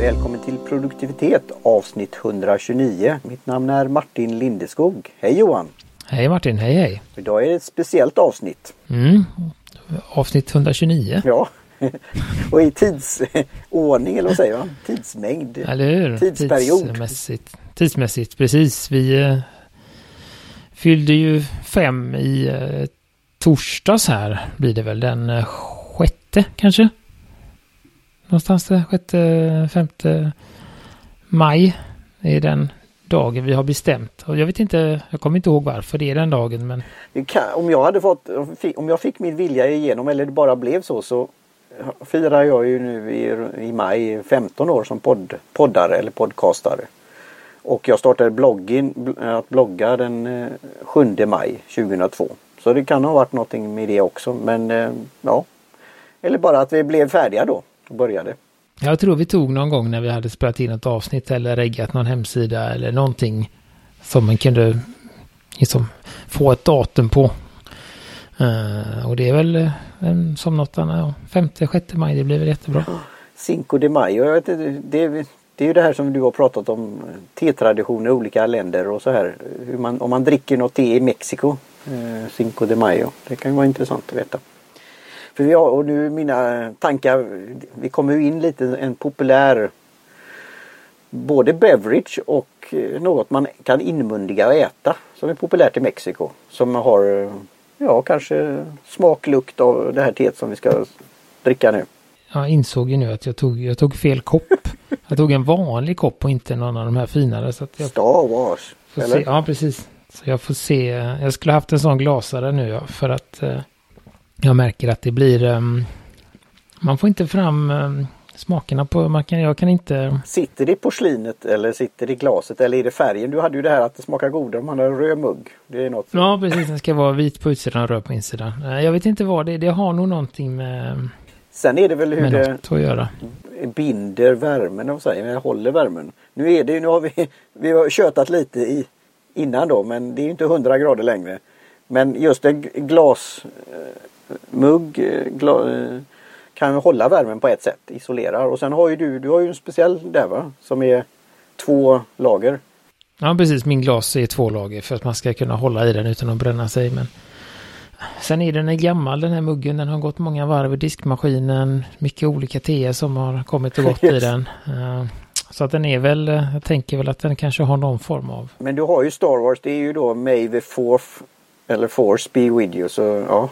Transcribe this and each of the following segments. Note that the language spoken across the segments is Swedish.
Välkommen till produktivitet avsnitt 129. Mitt namn är Martin Lindeskog. Hej Johan! Hej Martin, hej! Idag är det ett speciellt avsnitt. Avsnitt 129. Ja, och i tidsordning eller vad säger man? Tidsmängd. Eller hur? Tidsperiod. Tidsmässigt, precis. Vi fyllde ju 5 i torsdags här. Blir det väl den 6:e kanske? Någonstans det 6-5 maj är den dagen vi har bestämt. Och jag vet inte, jag kommer inte ihåg varför det är den dagen. Men... Om jag fick min vilja igenom eller det bara blev så firar jag ju nu i maj 15 år som poddare eller podcastare. Och jag startade att blogga den 7 maj 2002. Så det kan ha varit någonting med det också. Men ja, eller bara att vi blev färdiga då och började. Jag tror vi tog någon gång när vi hade spelat in ett avsnitt eller reggat någon hemsida eller någonting som man kunde liksom få ett datum på. Och det är väl som något annat, 5-6 maj, det blir väl jättebra. Cinco de Mayo, jag vet inte, det är ju det här som du har pratat om, tetraditioner i olika länder och så här. Om man dricker något te i Mexiko, Cinco de Mayo, det kan ju vara intressant att veta. För vi har, och nu mina tankar, vi kommer ju in lite en populär både beverage och något man kan inmundiga och äta som är populärt i Mexiko. Som har, kanske smaklukt av det här teet som vi ska dricka nu. Jag insåg ju nu att jag tog fel kopp. Jag tog en vanlig kopp och inte någon av de här finare. Så att jag Star Wars, eller? Ja, precis. Så jag får se. Jag skulle haft en sån glasare nu för att... Jag märker att det blir... man får inte fram smakerna på... Jag kan inte... Sitter det i porslinet eller sitter det i glaset eller är det färgen? Du hade ju det här att det smakar godare om man har en röd mugg. Det är något... Ja, precis. Den ska vara vit på utsidan och röd på insidan. Jag vet inte vad det är. Det har nog någonting med... Sen är det väl hur det att göra. Binder värmen och säger, men håller värmen. Nu har vi har tjötat lite innan då, men det är ju inte 100 grader längre. Men just en glasmugg kan hålla värmen på ett sätt, isolerar. Och sen har ju du har ju en speciell där, va? Som är 2 lager. Ja, precis. Min glas är 2 lager för att man ska kunna hålla i den utan att bränna sig. Men sen är den gammal, den här muggen. Den har gått många varv i diskmaskinen. Mycket olika teer som har kommit och gått i den. Så att den är väl, jag tänker väl att den kanske har någon form av... Men du har ju Star Wars, det är ju då May the Force be with you. Så ja,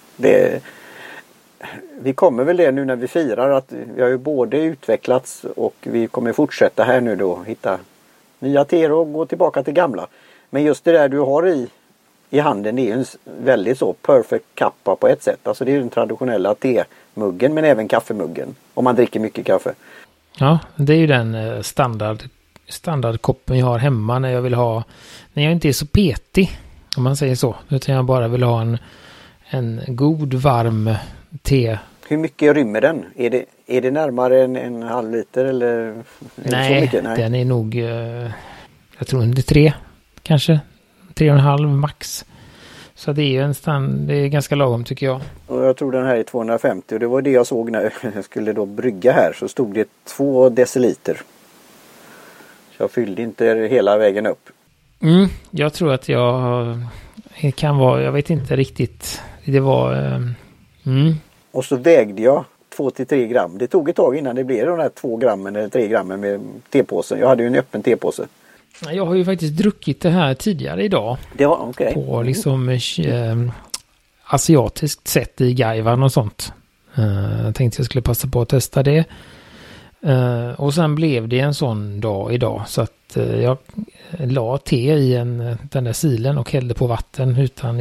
vi kommer väl det nu när vi firar att vi har ju både utvecklats och vi kommer fortsätta här nu då hitta nya teer och gå tillbaka till gamla. Men just det där du har i handen, det är ju en väldigt så perfect kappa på ett sätt. Alltså det är ju den traditionella temuggen men även kaffemuggen om man dricker mycket kaffe. Ja, det är ju den standardkoppen jag har hemma när jag inte är så petig, om man säger så, utan jag bara vill ha en god varm te. Hur mycket rymmer den? Är det närmare en halv liter eller? Nej, så mycket? Nej, den är nog jag tror under 3 kanske 3,5 max. Så det är ju det är ganska lagom tycker jag. Och jag tror den här är 250 och det var det jag såg när jag skulle då brygga här, så stod det 2 deciliter. Så jag fyllde inte hela vägen upp. Jag tror att jag vet inte riktigt. Det var... Och så vägde jag 2-3 gram. Det tog ett tag innan det blev de här 2 grammen eller 3 grammen med tepåsen. Jag hade ju en öppen tepåse. Jag har ju faktiskt druckit det här tidigare idag. Det var okej. På liksom asiatiskt sätt i Gaiwan och sånt. Jag tänkte jag skulle passa på att testa det. Och sen blev det en sån dag idag så att jag la te i den där silen och hällde på vatten utan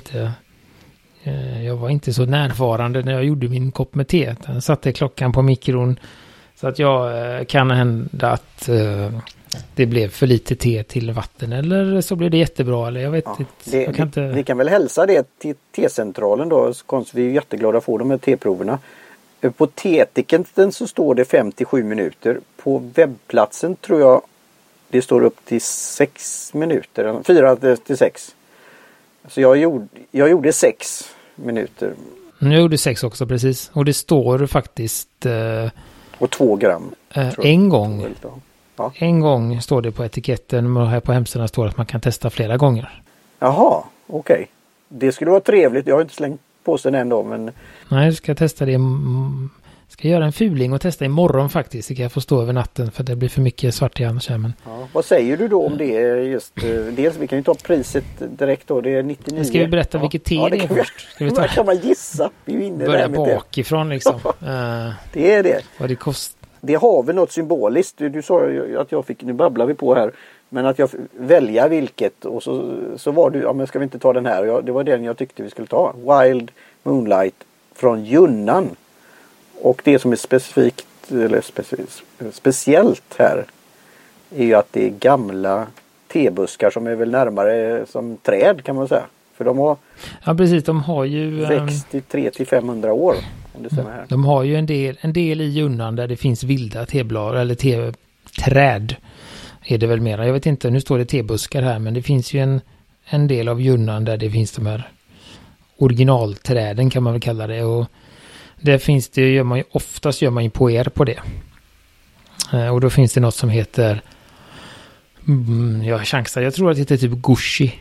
jag var inte så närvarande när jag gjorde min kopp med te. Jag satte klockan på mikron så att jag kan hända att det blev för lite te till vatten eller så blev det jättebra eller jag vet inte. Vi kan väl hälsa det till T-centralen då, så vi är jätteglada att få de här teproverna. På teetiketten så står det 5-7 minuter. På webbplatsen tror jag det står upp till 6 minuter. 4-6. Så jag gjorde 6 minuter. Jag gjorde 6 också, precis. Och det står faktiskt Och 2 gram. En gång. Ja. En gång står det på etiketten och här på hemsidan står att man kan testa flera gånger. Jaha, okej. Det skulle vara trevligt. Jag har inte slängt på sig än då, men... Nej, jag ska testa det. Ska göra en fuling och testa imorgon faktiskt. Det kan jag få stå över natten för det blir för mycket svart i annars. Men... Ja, vad säger du då om det just? Dels, vi kan ju ta priset direkt då. Det är 99. Ska vi berätta vilket te det är först? Ska vi ta... kan man gissa. Vi är inne börja där bakifrån liksom. Det är det. Vad det kostar. Det har väl något symboliskt. Du sa att jag fick, nu babblar vi på här. Men att jag välja vilket. Och så var du, ja men ska vi inte ta den här? Det var den jag tyckte vi skulle ta. Wild Moonlight från Yunnan. Och det som är speciellt här är ju att det är gamla tebuskar som är väl närmare som träd kan man säga. För de har ja precis, de har ju växt i 300-500 år. Om det stämmer här. De har ju en del i Yunnan där det finns vilda teblad eller träd är det väl mera. Jag vet inte, nu står det tebuskar här men det finns ju en del av Yunnan där det finns de här originalträden kan man väl kalla det och där finns det, oftast gör man ju poer på det. Och då finns det något som heter jag chansar, jag tror att det heter typ Gushi.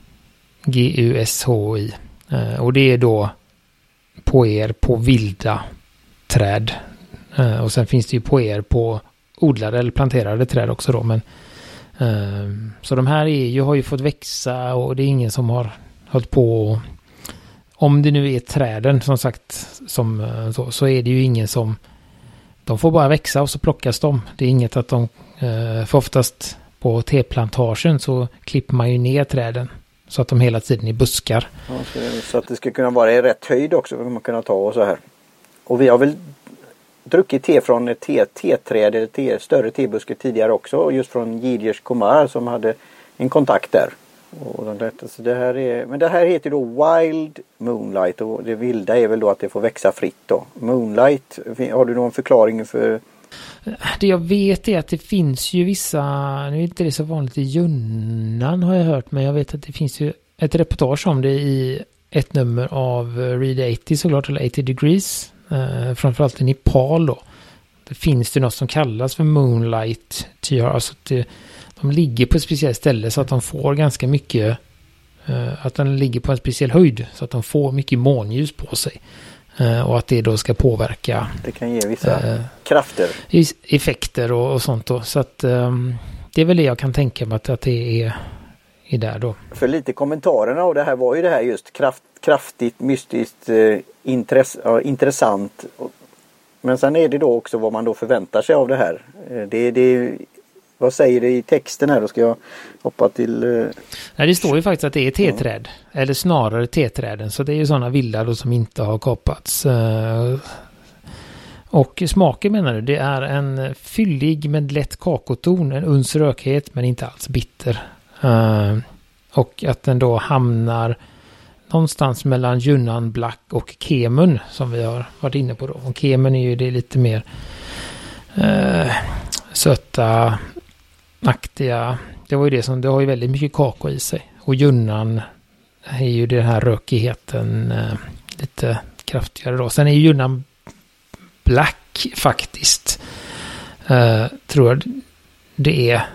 Gushi. Och det är då poer på vilda träd. Och sen finns det ju poer på odlade eller planterade träd också då. Men, så de här har ju fått växa och det är ingen som har hållit på. Om det nu är träden som sagt så är det ju ingen som de får bara växa och så plockas de. Det är inget att de för oftast på teplantagen så klipper man ju ner träden så att de hela tiden är buskar. Ja, så att det ska kunna vara i rätt höjd också för att man kunna ta och så här. Och vi har väl druckit te från ett teträd eller större tebuske tidigare också och just från Giders Kumar som hade en kontakt där. Och så men det här heter då Wild Moonlight och det vilda är väl då att det får växa fritt då. Moonlight, har du någon förklaring för? Det jag vet är att det finns ju vissa, nu är inte det så vanligt i Yunnan har jag hört, men jag vet att det finns ju ett reportage om det i ett nummer av Read 80 såklart, eller 80 Degrees, framförallt i Nepal då. Det finns det något som kallas för Moonlight TR, alltså att de ligger på ett speciellt ställe så att de får ganska mycket, att de ligger på en speciell höjd så att de får mycket månljus på sig. Och att det då ska påverka. Det kan ge vissa krafter. Effekter och sånt då. Så att det är väl det jag kan tänka mig att det är där då. För lite kommentarerna och det här var ju det här just kraftigt, mystiskt, intressant. Men sen är det då också vad man då förväntar sig av det här. Vad säger det i texten här? Då ska jag hoppa till... Nej, det står ju faktiskt att det är teträd. Eller snarare teträden. Så det är ju sådana vilda då som inte har kapats. Och smaken menar du? Det är en fyllig med lätt kakoton. En uns rökighet men inte alls bitter. Och att den då hamnar någonstans mellan Yunnan Black och Kemun som vi har varit inne på då. Och Kemun är ju det lite mer söta aktiga. Det var ju det som, det har ju väldigt mycket kakao i sig. Och Yunnan är ju den här rökigheten lite kraftigare då. Sen är ju Yunnan Black faktiskt. Tror jag det är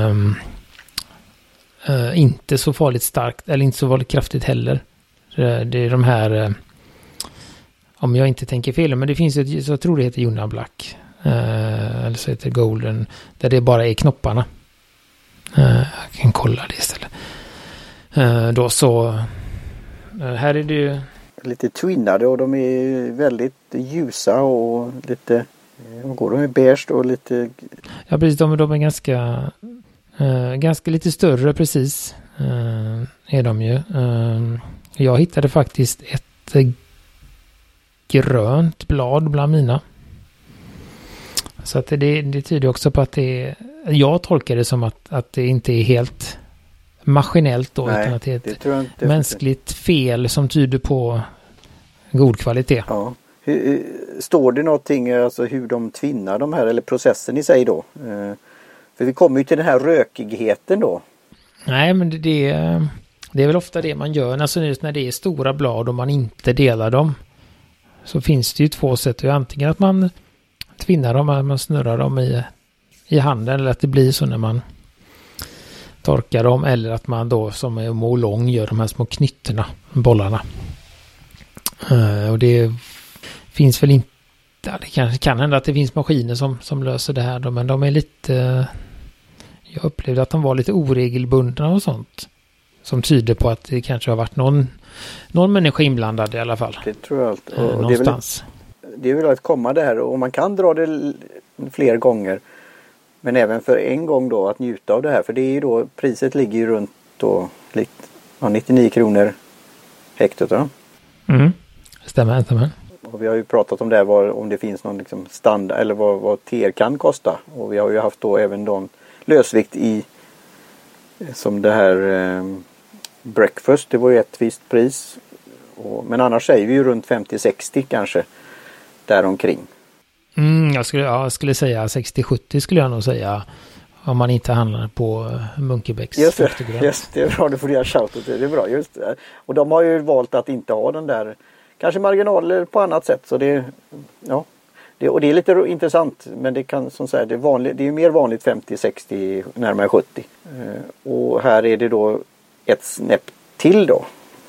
inte så farligt starkt eller inte så farligt kraftigt heller. Det är de här om jag inte tänker fel, men det finns ett, så jag tror det heter Yunnan Black. Eller så heter det Golden där det bara är knopparna. Jag kan kolla det istället. Då så här är det ju lite twinnade och de är väldigt ljusa och lite går de är beige och lite ja precis, de är ganska lite större precis är de ju. Jag hittade faktiskt ett grönt blad bland mina. Så att det tyder också på att jag tolkar det som att det inte är helt maskinellt då. Nej, utan att det är ett mänskligt fel som tyder på god kvalitet. Ja. Står det någonting, alltså hur de tvinnar de här, eller processen i sig då? För vi kommer ju till den här rökigheten då. Nej, men det är väl ofta det man gör. Alltså just när det är stora blad och man inte delar dem. Så finns det ju två sätt. Antingen att man tvinnar dem, man snurrar dem i handen, eller att det blir så när man torkar dem, eller att man då som är målång gör de här små knytterna, bollarna. Och det finns väl inte, det kanske kan hända att det finns maskiner som löser det här då, men de är lite, jag upplevde att de var lite oregelbundna och sånt, som tyder på att det kanske har varit någon människa inblandad i alla fall. Det tror jag allt. Någonstans. Det är väl att komma det här, och man kan dra det fler gånger, men även för en gång då att njuta av det här, för det är ju då, priset ligger ju runt då 99 kronor hektot då. Stämmer. Och vi har ju pratat om det här, om det finns någon liksom standard, eller vad TR kan kosta, och vi har ju haft då även de lösvikt i, som det här breakfast, det var ju ett visst pris, men annars säger vi ju runt 50-60 kanske däromkring. Jag skulle säga 60-70 skulle jag nog säga, om man inte handlar på Munkebäcks. Just det är bra, du får göra shoutout, det är bra, just det. Och de har ju valt att inte ha den där, kanske marginaler på annat sätt, så det, ja. Och det är lite intressant, men det kan som säga, det är ju mer vanligt 50-60, närmare 70. Och här är det då ett snäpp till då.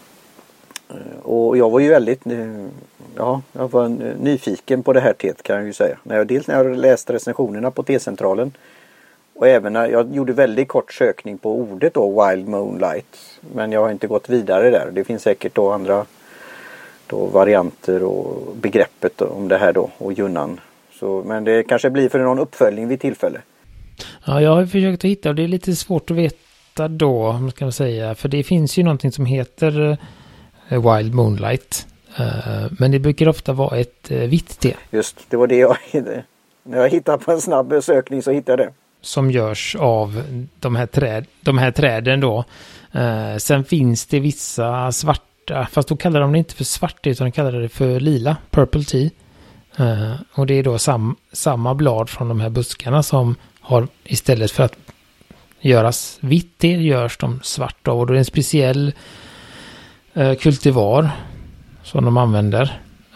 Och jag var ju väldigt, jag var nyfiken på det här teet, kan jag ju säga. Dels när jag läste recensionerna på T-centralen, och även när jag gjorde väldigt kort sökning på ordet då, Wild Moonlight. Men jag har inte gått vidare där. Det finns säkert då andra då varianter och begreppet om det här då, och Junnan. Så, men det kanske blir för någon uppföljning vid tillfälle. Ja, jag har försökt att hitta, och det är lite svårt att veta då, ska man säga. För det finns ju någonting som heter Wild Moonlight. Men det brukar ofta vara ett vitt te. Just, det var det när jag hittade på en snabb sökning så hittade jag det. Som görs av de här träden då. Sen finns det vissa svarta, fast då kallar de det inte för svart, utan de kallar det för lila, purple tea. Och det är då samma blad från de här buskarna som har, istället för att göras vitt te, görs de svart av. Och då är det en speciell kultivar som de använder.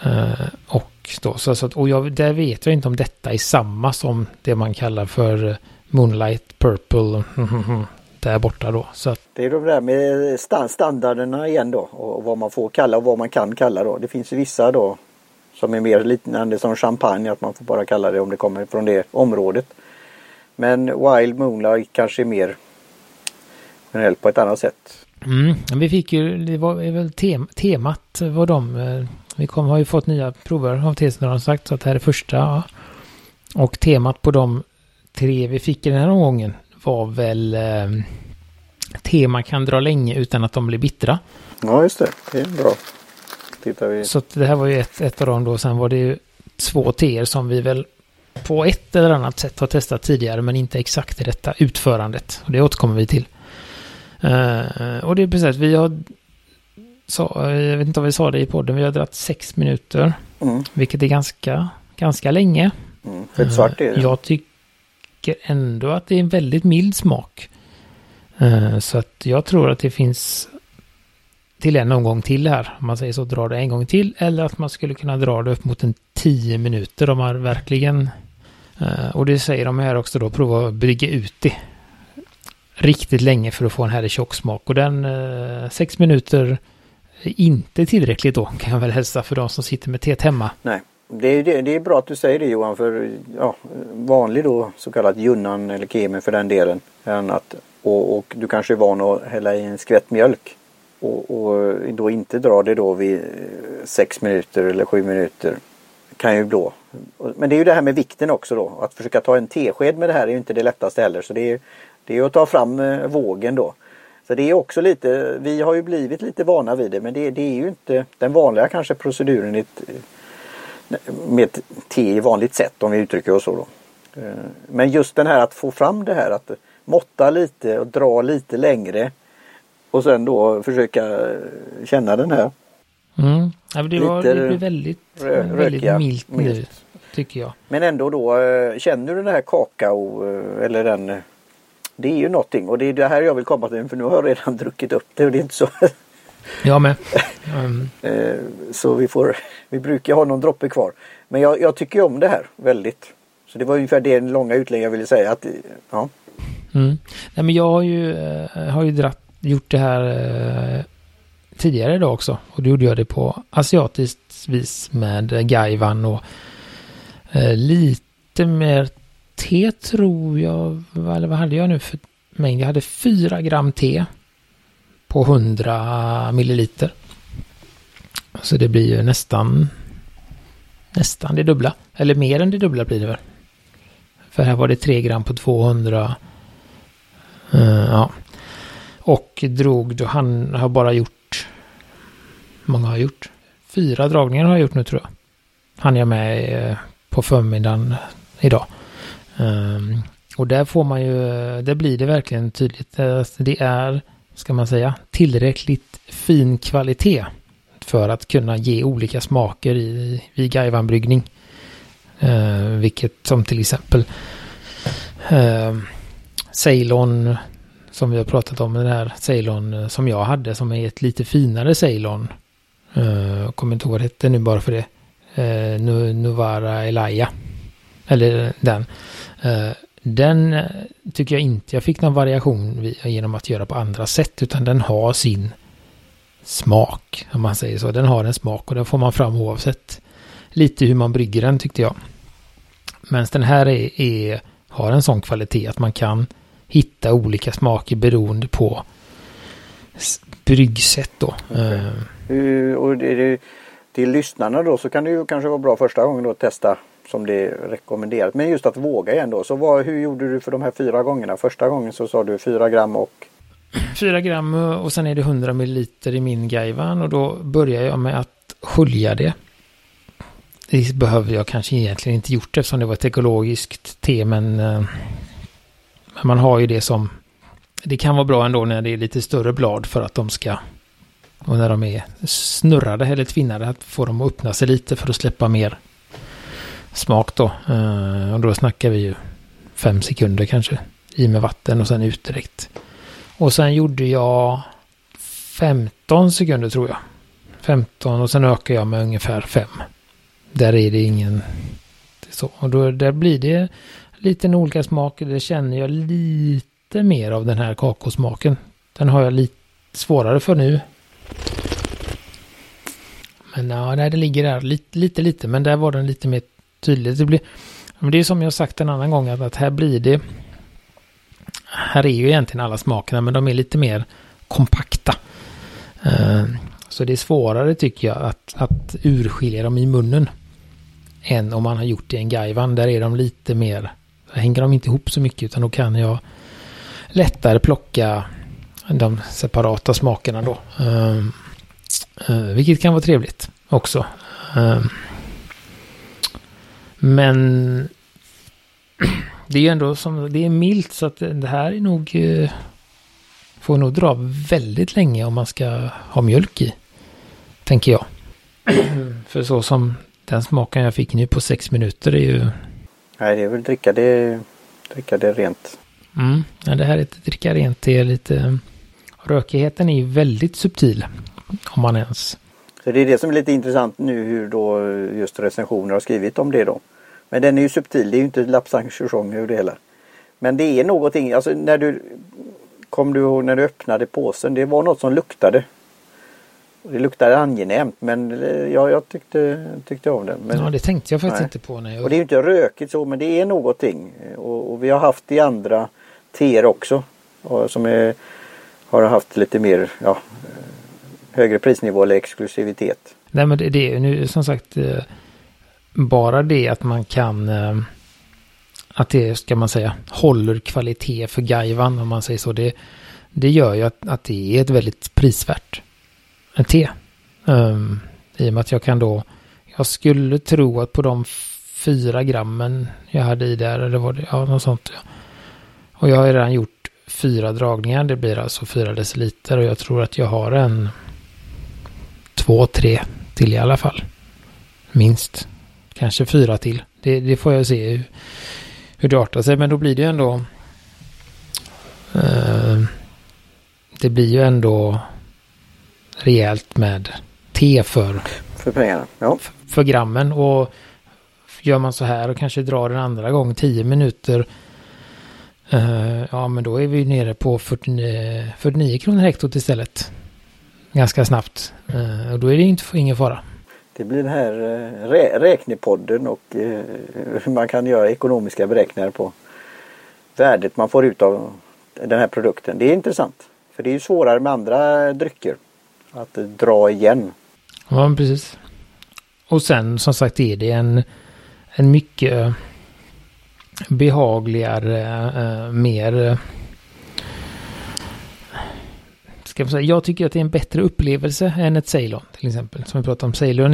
Där vet jag inte om detta är samma som det man kallar för Moonlight Purple där borta då. Så att, det är de där med standarderna igen då, och vad man får kalla och vad man kan kalla då. Det finns ju vissa då som är mer liknande som champagne, att man får bara kalla det om det kommer från det området. Men Wild Moonlight kanske är mer generellt på ett annat sätt. Vi fick ju, det var väl temat var vi har ju fått nya prover av testen, har sagt, så att det här är första. Ja. Och temat på de 3 vi fick i den här omgången var väl tema kan dra länge utan att de blir bittra. Ja, just det. Det är bra. Tittar vi. Så att det här var ju ett av dem då. Sen var det ju 2 teer som vi väl på ett eller annat sätt har testat tidigare, men inte exakt i detta utförandet. Och det återkommer vi till. Och det är precis, jag vet inte om vi sa det i podden, vi har dragit 6 minuter, vilket är ganska länge. För ett svart är det. Jag tycker ändå att det är en väldigt mild smak. Så att jag tror att det finns till en omgång till här, om man säger så, drar det en gång till, eller att man skulle kunna dra det upp mot 10 minuter om man verkligen, och det säger de här också då, prova att brygga ut det riktigt länge för att få en härlig tjocksmak. Och den 6 minuter är inte tillräckligt då, kan jag väl hälsa för de som sitter med teet hemma. Nej, det är bra att du säger det, Johan, för vanlig då så kallat Junnan eller Kemen för den delen, och du kanske är van att hälla i en skvätt mjölk och då inte dra det då vid 6 minuter eller 7 minuter, kan ju då. Men det är ju det här med vikten också då, att försöka ta en tesked med det här är ju inte det lättaste heller, så det är att ta fram vågen då. Så det är också lite, vi har ju blivit lite vana vid det, men det är ju inte den vanliga kanske proceduren med te i vanligt sätt, om vi uttrycker oss så då. Men just den här att få fram det här, att måtta lite och dra lite längre och sen då försöka känna den här. Ja, det blir väldigt milt nu, tycker jag. Men ändå då, känner du den här kakao eller den, det är ju någonting, och det är det här jag vill komma till, för nu har jag redan druckit upp det, och det är inte så Jag med. Så vi brukar ha någon droppe kvar. Men jag tycker om det här väldigt. Så det var ungefär det långa utlägg jag ville säga. Att, ja. Nej, men jag har ju gjort det här tidigare idag också. Och då gjorde jag det på asiatiskt vis med gaivan och lite mer te tror jag. Eller vad hade jag nu för mängd? Jag hade 4 gram te på 100 milliliter. Så det blir ju nästan det dubbla. Eller mer än det dubbla blir det väl. För här var det 3 gram på 200. Ja. Och drog då han har bara gjort. Många har gjort. 4 dragningar har jag gjort nu tror jag. Han är med på förmiddagen idag. Och där får man ju, där blir det verkligen tydligt. Det är, ska man säga, tillräckligt fin kvalitet för att kunna ge olika smaker vid gaivanbryggning. Vilket som till exempel Ceylon som vi har pratat om, den här Ceylon som jag hade som är ett lite finare Ceylon. Kommer inte ihåg vad det hette nu bara för det. Novara Elaya. Eller den. Den tycker jag inte jag fick någon variation genom att göra på andra sätt, utan den har sin smak, om man säger så. Den har en smak och den får man fram oavsett lite hur man brygger den, tyckte jag. Men den här har en sån kvalitet att man kan hitta olika smaker beroende på bryggsätt då. Okay. Och till lyssnarna då så kan det ju kanske vara bra första gången då att testa som det är rekommenderat. Men just att våga igen då. Så hur gjorde du för de här 4 gångerna? Första gången så sa du 4 gram och... 4 gram och sen är det 100 milliliter i min gaivan och då börjar jag med att skölja det. Det behöver jag kanske egentligen inte gjort eftersom det var ett ekologiskt te, men man har ju det som... Det kan vara bra ändå när det är lite större blad för att de ska... Och när de är snurrade eller tvinnade att få dem att öppna sig lite för att släppa mer smak då. Och då snackar vi ju 5 sekunder kanske i med vatten och sen ut direkt. Och sen gjorde jag 15 sekunder tror jag. 15 och sen ökar jag med ungefär 5. Där är det ingen så. Och då där blir det lite olika smaker. Det känner jag lite mer av den här kakosmaken. Den har jag lite svårare för nu. Men ja, det ligger där lite. Men där var den lite mer tydlig. Det är som jag sagt en annan gång att här blir det... Här är ju egentligen alla smakerna, men de är lite mer kompakta. Så det är svårare tycker jag att urskilja dem i munnen än om man har gjort det i en gaivan. Där är de lite mer... Där hänger de inte ihop så mycket, utan då kan jag lättare plocka de separata smakerna då. Vilket kan vara trevligt också. Men det är ju ändå som det är milt, så att det här är nog får nog dra väldigt länge om man ska ha mjölk i, tänker jag. För så som den smaken jag fick nu på 6 minuter är ju... Nej, det är väl dricka det rent. Ja, det här är inte dricka rent, det är lite... Rökigheten är ju väldigt subtil, om man ens... Så det är det som är lite intressant nu, hur då just recensioner har skrivit om det då. Men den är ju subtil, det är ju inte Lapsang Souchong hur det hela. Men det är någonting, alltså när du öppnade påsen, det var något som luktade. Det luktade angenämt, men jag tyckte om det. Men, ja, det tänkte jag faktiskt inte på. Och det är ju inte rökigt så, men det är någonting. Och vi har haft i andra teer också, som har haft lite mer högre prisnivå eller exklusivitet. Nej, men det är nu som sagt bara det att man kan att det, ska man säga, håller kvalitet för gaivan, om man säger så. Det gör ju att det är ett väldigt prisvärt te. I och med att jag skulle tro att på de 4 grammen jag hade i där, eller var det, något sånt. Ja. Och jag har redan gjort 4 dragningar, det blir alltså 4 deciliter, och jag tror att jag har en 2-3 till i alla fall. Minst. Kanske 4 till. Det får jag se hur det artar sig, men då blir det ju ändå rejält med te för pengarna. Ja. För grammen. Och gör man så här och kanske drar en andra gång 10 minuter, ja men då är vi nere på 49 kronor hektot istället. Ganska snabbt. Och då är det ingen fara. Det blir den här räknepodden och hur man kan göra ekonomiska beräkningar på värdet man får ut av den här produkten. Det är intressant. För det är ju svårare med andra drycker att dra igen. Ja, precis. Och sen som sagt är det en mycket behagligare, mer... Ska jag säga, jag tycker att det är en bättre upplevelse än ett Ceylon till exempel. Som vi pratade om, Ceylon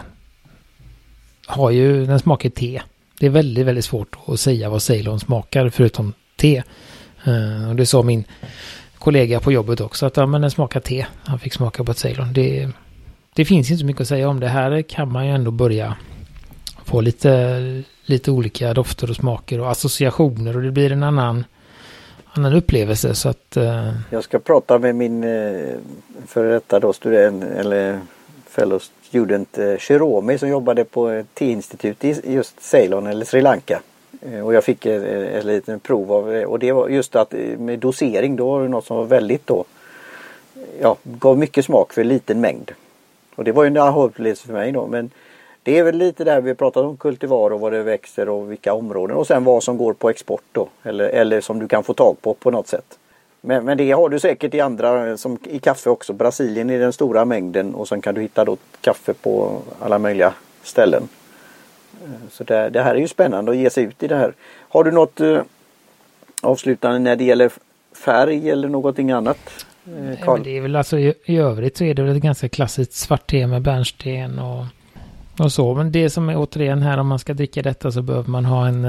den smakar te. Det är väldigt, väldigt svårt att säga vad Ceylon smakar förutom te. Och det sa min kollega på jobbet också, att den smakar te. Han fick smaka på ett Ceylon. Det finns inte så mycket att säga om det. Här kan man ju ändå börja få lite olika dofter och smaker och associationer, och det blir en annan upplevelse. Så att, jag ska prata med min före detta då student eller fellow student Shiromi som jobbade på ett teinstitut i just Ceylon eller Sri Lanka. Och jag fick ett litet prov av det, och det var just att med dosering då var det något som var väldigt då, ja, gav mycket smak för en liten mängd. Och det var ju en aha-upplevelse för mig då, men det är väl lite där vi pratat om kultivar och vad det växer och vilka områden. Och sen vad som går på export då. Eller som du kan få tag på något sätt. Men det har du säkert i andra, som i kaffe också. Brasilien är den stora mängden. Och sen kan du hitta då kaffe på alla möjliga ställen. Så det här är ju spännande att ge sig ut i det här. Har du något avslutande när det gäller färg eller någonting annat? Men det är väl alltså i övrigt så är det väl ett ganska klassiskt svart te med bärnsten och så. Men det som är återigen här, om man ska dricka detta så behöver man ha en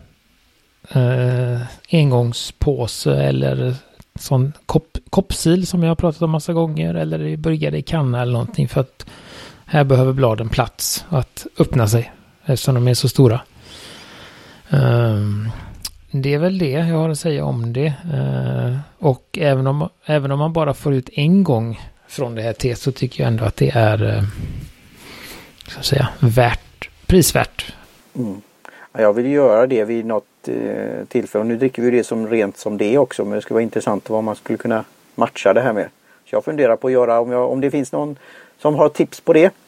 engångspåse eller sån koppsil som jag har pratat om massa gånger, eller bryggade i kanna eller någonting, för att här behöver bladen plats att öppna sig eftersom de är så stora. Det är väl det jag har att säga om det. Och även om man bara får ut en gång från det här teet, så tycker jag ändå att det är ska säga, prisvärt. Mm. Ja, jag vill göra det vid något tillfälle. Och nu dricker vi det som rent som det också. Men det skulle vara intressant vad man skulle kunna matcha det här med. Så jag funderar på att göra, om det finns någon som har tips på det.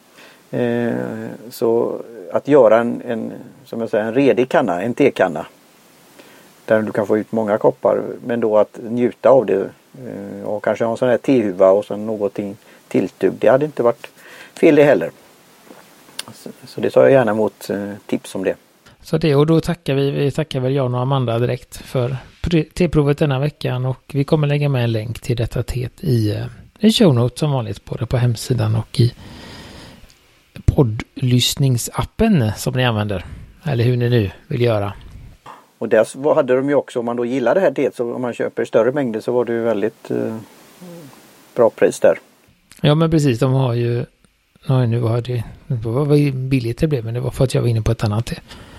Så att göra en redig kanna, en tekanna. Där du kan få ut många koppar. Men då att njuta av det. Och kanske ha en sån här tehuva och så någonting tilltugg. Det hade inte varit fel det heller. Så det tar jag gärna emot tips om det. Så det, och då tackar väl jag och Amanda direkt för teprovet denna veckan, och vi kommer lägga med en länk till detta teet i show notes som vanligt, både på hemsidan och i poddlyssningsappen som ni använder, eller hur ni nu vill göra. Och där hade de ju också, om man då gillar det här teet, så om man köper större mängder så var det ju väldigt bra pris där. Ja, men precis, de har ju nu var det var billigt det blev, men det var för att jag var inne på ett annat te.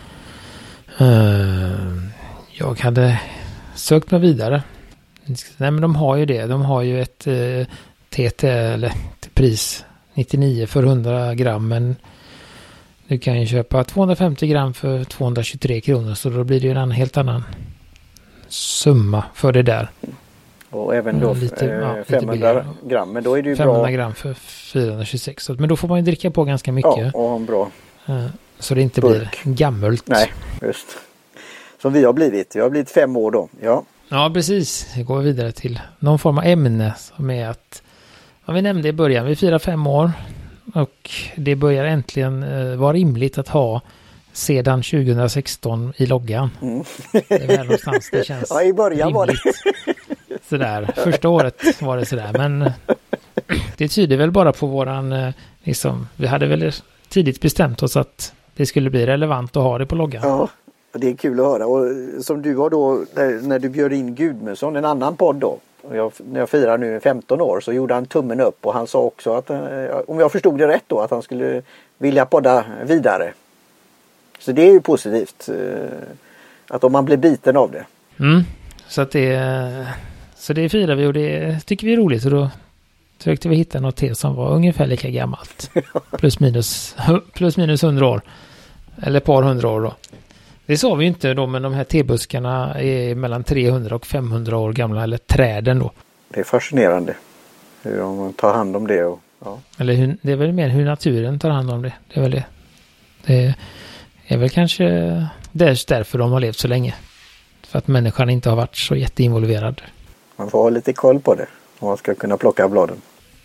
Jag hade sökt mig vidare. Nej, men de har ju det. De har ju ett TT eller ett pris 99 för 100 gram, men du kan ju köpa 250 gram för 223 kronor, så då blir det ju en helt annan summa för det där. Och även då 500 gram, men då är det ju 500 bra. gram för 426, men då får man ju dricka på ganska mycket. Ja, och en bra så det inte burk. Blir gammalt. Nej, just. Som vi har blivit. Vi har blivit 5 år då. Ja, precis. Vi går vidare till någon form av ämne som är att, vad vi nämnde i början, vi firar 5 år och det börjar äntligen vara rimligt att ha sedan 2016 i loggan. Mm. Det är väl någonstans det känns. Ja, i början rimligt. Var det. Sådär. Första året var det sådär, men det tyder väl bara på våran, liksom, vi hade väl tidigt bestämt oss att det skulle bli relevant att ha det på loggan. Ja, det är kul att höra. Och som du var då, när du bjöd in Gudmundsson, en annan podd då. Och när jag firar nu 15 år så gjorde han tummen upp, och han sa också att, om jag förstod det rätt då, att han skulle vilja podda vidare. Så det är ju positivt. Att om man blir biten av det. Så att det firar vi, och det tycker vi är roligt, och då försökte vi hitta något te som var ungefär lika gammalt. Plus minus 100 år. Eller ett par 100 år då. Det sa vi ju inte då, men de här tebuskarna är mellan 300 och 500 år gamla, eller träden då. Det är fascinerande hur man tar hand om det. Och, ja. Eller det är väl mer hur naturen tar hand om det. Det är väl det. Det är väl kanske därför de har levt så länge. För att människan inte har varit så jätteinvolverad. Man får ha lite koll på det om man ska kunna plocka bladen.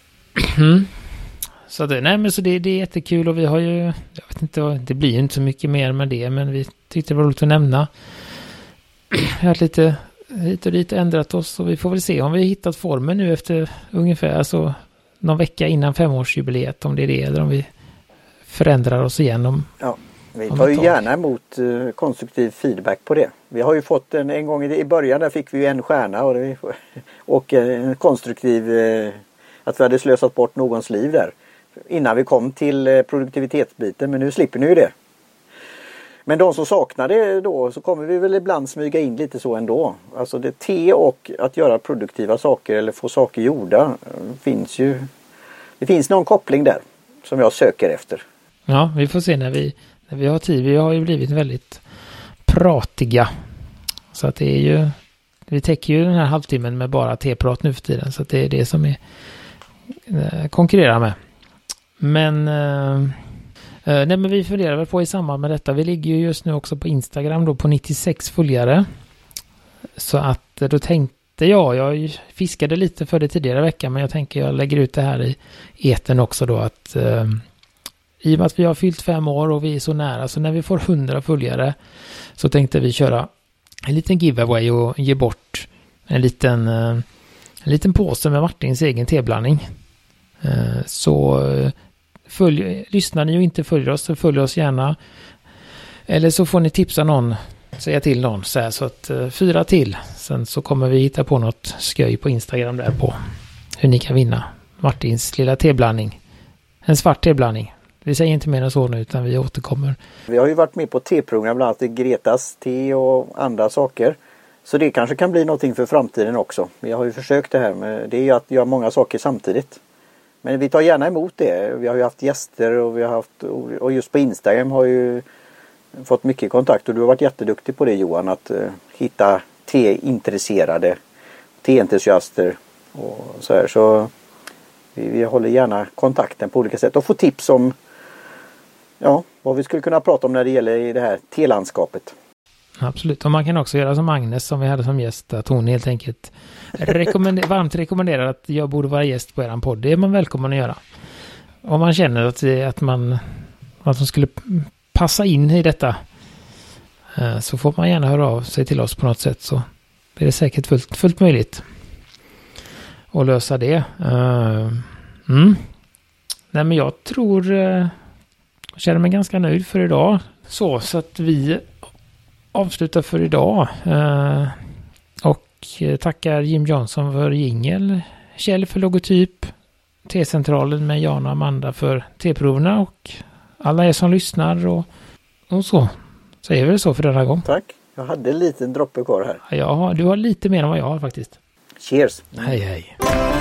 Så det är jättekul, och vi har ju, jag vet inte, det blir ju inte så mycket mer med det, men vi tyckte det var roligt att nämna. Vi har lite hit och dit ändrat oss, och vi får väl se om vi har hittat formen nu efter ungefär någon vecka innan 5-årsjubileet, om det är det, eller om vi förändrar oss igen. Vi tar ju gärna emot konstruktiv feedback på det. Vi har ju fått en gång i början, där fick vi ju en stjärna och en konstruktiv att vi hade slösat bort någons liv där innan vi kom till produktivitetsbiten, men nu slipper ni ju det. Men de som saknar det då, så kommer vi väl ibland smyga in lite så ändå. Alltså det te och att göra produktiva saker eller få saker gjorda det finns någon koppling där som jag söker efter. Ja, vi får se när vi har tid. Vi har ju blivit väldigt pratiga. Så att det är ju, vi täcker ju den här halvtimmen med bara teprat nu för tiden. Så att det är det som är konkurrerar med. Men vi funderar väl på i samband med detta. Vi ligger ju just nu också på Instagram då på 96 följare. Så att då tänkte jag fiskade lite för det tidigare veckan, men jag tänker jag lägger ut det här i eten också då, att i och med att vi har fyllt 5 år och vi är så nära, så när vi får 100 följare så tänkte vi köra en liten giveaway och ge bort en liten påse med Martins egen teblandning. Så lyssnar ni och inte följer oss, så följ oss gärna. Eller så får ni tipsa någon, säga till någon så att 4 till. Sen så kommer vi hitta på något sköj på Instagram där på hur ni kan vinna Martins lilla teblandning. En svart teblandning. Vi säger inte mer än så nu, utan vi återkommer. Vi har ju varit med på teprogram, bland annat Gretas te och andra saker. Så det kanske kan bli någonting för framtiden också. Vi har ju försökt det här med, det är ju att göra många saker samtidigt. Men vi tar gärna emot det. Vi har ju haft gäster och just på Instagram har ju fått mycket kontakt. Och du har varit jätteduktig på det, Johan, att hitta teintresserade, teentusiaster och så här. Så vi håller gärna kontakten på olika sätt och får tips om vad vi skulle kunna prata om när det gäller det här telandskapet. Absolut, och man kan också göra som Agnes som vi hade som gäst, att hon helt enkelt varmt rekommenderar att jag borde vara gäst på eran podd. Det är man välkommen att göra. Om man känner att man skulle passa in i detta, så får man gärna höra av sig till oss på något sätt, så är det säkert fullt möjligt att lösa det. Nej, men jag känner mig ganska nöjd för idag. Så att vi avslutar för idag. Och tackar Jim Johnson för jingle, Kjell för logotyp, T-centralen med Jan och Amanda för T-proverna och alla er som lyssnar och så. Säger vi det så för denna gång. Tack. Jag hade en liten droppe kvar här. Ja, du har lite mer än vad jag har faktiskt. Cheers. Hej hej.